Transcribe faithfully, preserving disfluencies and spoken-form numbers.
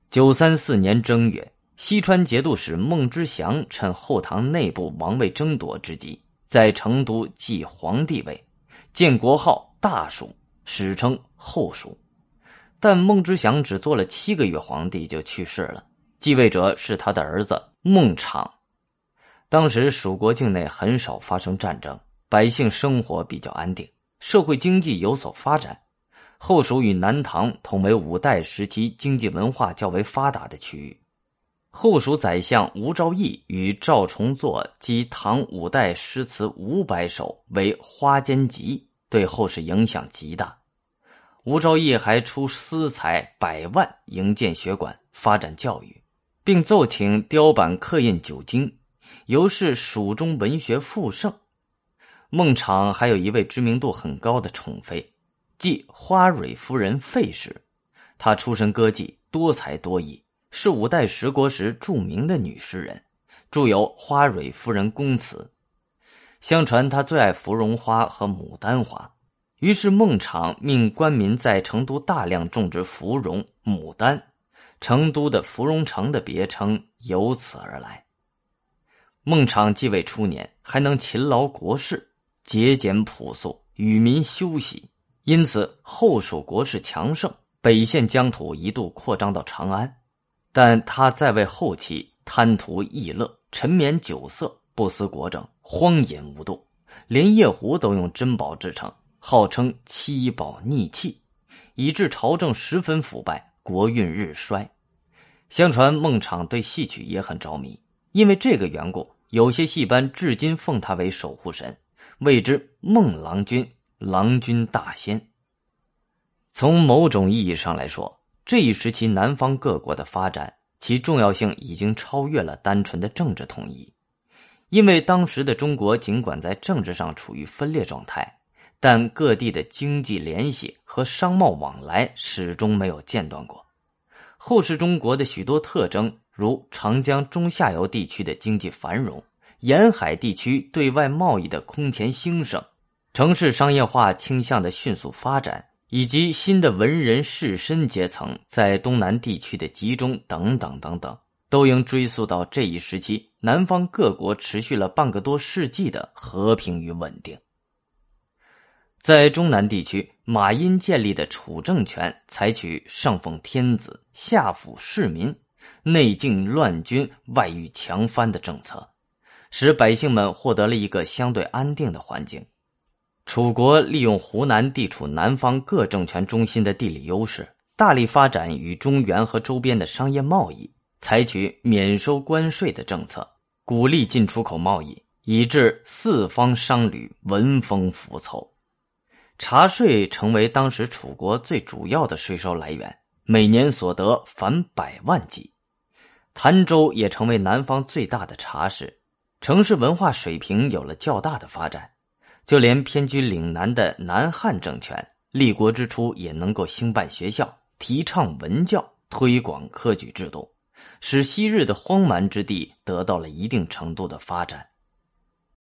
九三四年正月，西川节度使孟知祥趁后唐内部王位争夺之际，在成都继皇帝位，建国号大蜀，史称后蜀。但孟知祥只做了七个月皇帝就去世了，继位者是他的儿子孟昶。当时蜀国境内很少发生战争，百姓生活比较安定，社会经济有所发展。后蜀与南唐同为五代时期经济文化较为发达的区域。后蜀宰相吴兆义与赵崇作集唐五代诗词五百首为《花间集》，对后世影响极大。吴兆义还出私财百万营建学馆，发展教育，并奏请雕版刻印九经，由是蜀中文学复盛。孟昶还有一位知名度很高的宠妃，即花蕊夫人费氏。她出身歌妓，多才多艺，是五代十国时著名的女诗人，著有《花蕊夫人宫词》。相传她最爱芙蓉花和牡丹花，于是孟昶命官民在成都大量种植芙蓉、牡丹，成都的芙蓉城的别称由此而来。孟昶继位初年还能勤劳国事，节俭朴素，与民休息，因此后蜀国势强盛，北线疆土一度扩张到长安。但他在位后期贪图逸乐，沉湎酒色，不思国政，荒淫无度，连夜壶都用珍宝制成，号称七宝逆气，以致朝政十分腐败，国运日衰。相传孟昶对戏曲也很着迷，因为这个缘故，有些戏班至今奉他为守护神，谓之孟郎君、郎君大仙。从某种意义上来说，这一时期南方各国的发展，其重要性已经超越了单纯的政治统一。因为当时的中国尽管在政治上处于分裂状态，但各地的经济联系和商贸往来始终没有间断过。后世中国的许多特征，如长江中下游地区的经济繁荣，沿海地区对外贸易的空前兴盛，城市商业化倾向的迅速发展，以及新的文人士绅阶层在东南地区的集中等等等等，都应追溯到这一时期南方各国持续了半个多世纪的和平与稳定。在中南地区，马殷建立的楚政权采取上奉天子，下抚市民，内靖乱军，外御强藩的政策，使百姓们获得了一个相对安定的环境。楚国利用湖南地处南方各政权中心的地理优势，大力发展与中原和周边的商业贸易，采取免收关税的政策，鼓励进出口贸易，以致四方商旅闻风服凑。茶税成为当时楚国最主要的税收来源，每年所得凡百万计。潭州也成为南方最大的茶市，城市文化水平有了较大的发展。就连偏居岭南的南汉政权，立国之初也能够兴办学校，提倡文教，推广科举制度，使昔日的荒蛮之地得到了一定程度的发展。